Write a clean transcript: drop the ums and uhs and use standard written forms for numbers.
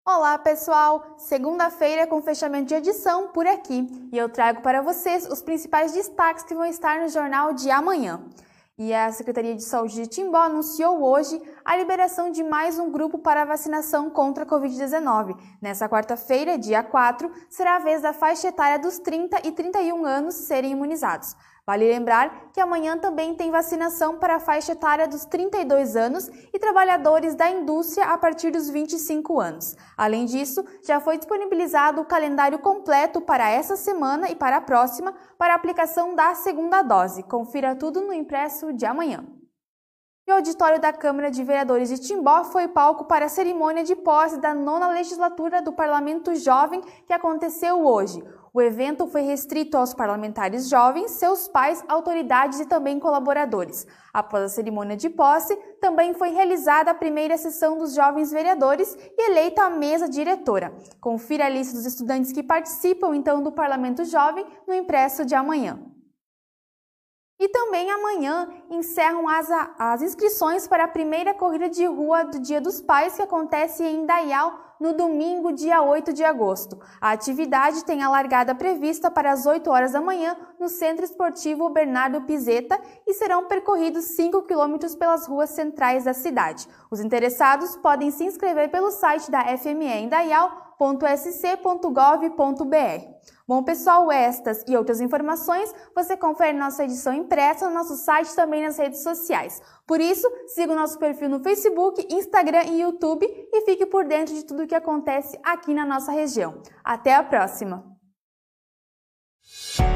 Olá pessoal, segunda-feira com fechamento de edição por aqui e eu trago para vocês os principais destaques que vão estar no jornal de amanhã. E a Secretaria de Saúde de Timbó anunciou hoje a liberação de mais um grupo para vacinação contra a Covid-19. Nessa quarta-feira, dia 4, será a vez da faixa etária dos 30 e 31 anos serem imunizados. Vale lembrar que amanhã também tem vacinação para a faixa etária dos 32 anos e trabalhadores da indústria a partir dos 25 anos. Além disso, já foi disponibilizado o calendário completo para essa semana e para a próxima para a aplicação da segunda dose. Confira tudo no impresso de amanhã. E o auditório da Câmara de Vereadores de Timbó foi palco para a cerimônia de posse da 9ª legislatura do Parlamento Jovem que aconteceu hoje. O evento foi restrito aos parlamentares jovens, seus pais, autoridades e também colaboradores. Após a cerimônia de posse, também foi realizada a primeira sessão dos jovens vereadores e eleita a mesa diretora. Confira a lista dos estudantes que participam então do Parlamento Jovem no impresso de amanhã. E também amanhã encerram as inscrições para a primeira corrida de rua do Dia dos Pais, que acontece em Indaial no domingo, dia 8 de agosto. A atividade tem a largada prevista para as 8 horas da manhã no Centro Esportivo Bernardo Pizeta e serão percorridos 5 quilômetros pelas ruas centrais da cidade. Os interessados podem se inscrever pelo site da FME indaial.sc.gov.br. Bom, pessoal, estas e outras informações você confere na nossa edição impressa no nosso site e também nas redes sociais. Por isso, siga o nosso perfil no Facebook, Instagram e YouTube e fique por dentro de tudo o que acontece aqui na nossa região. Até a próxima!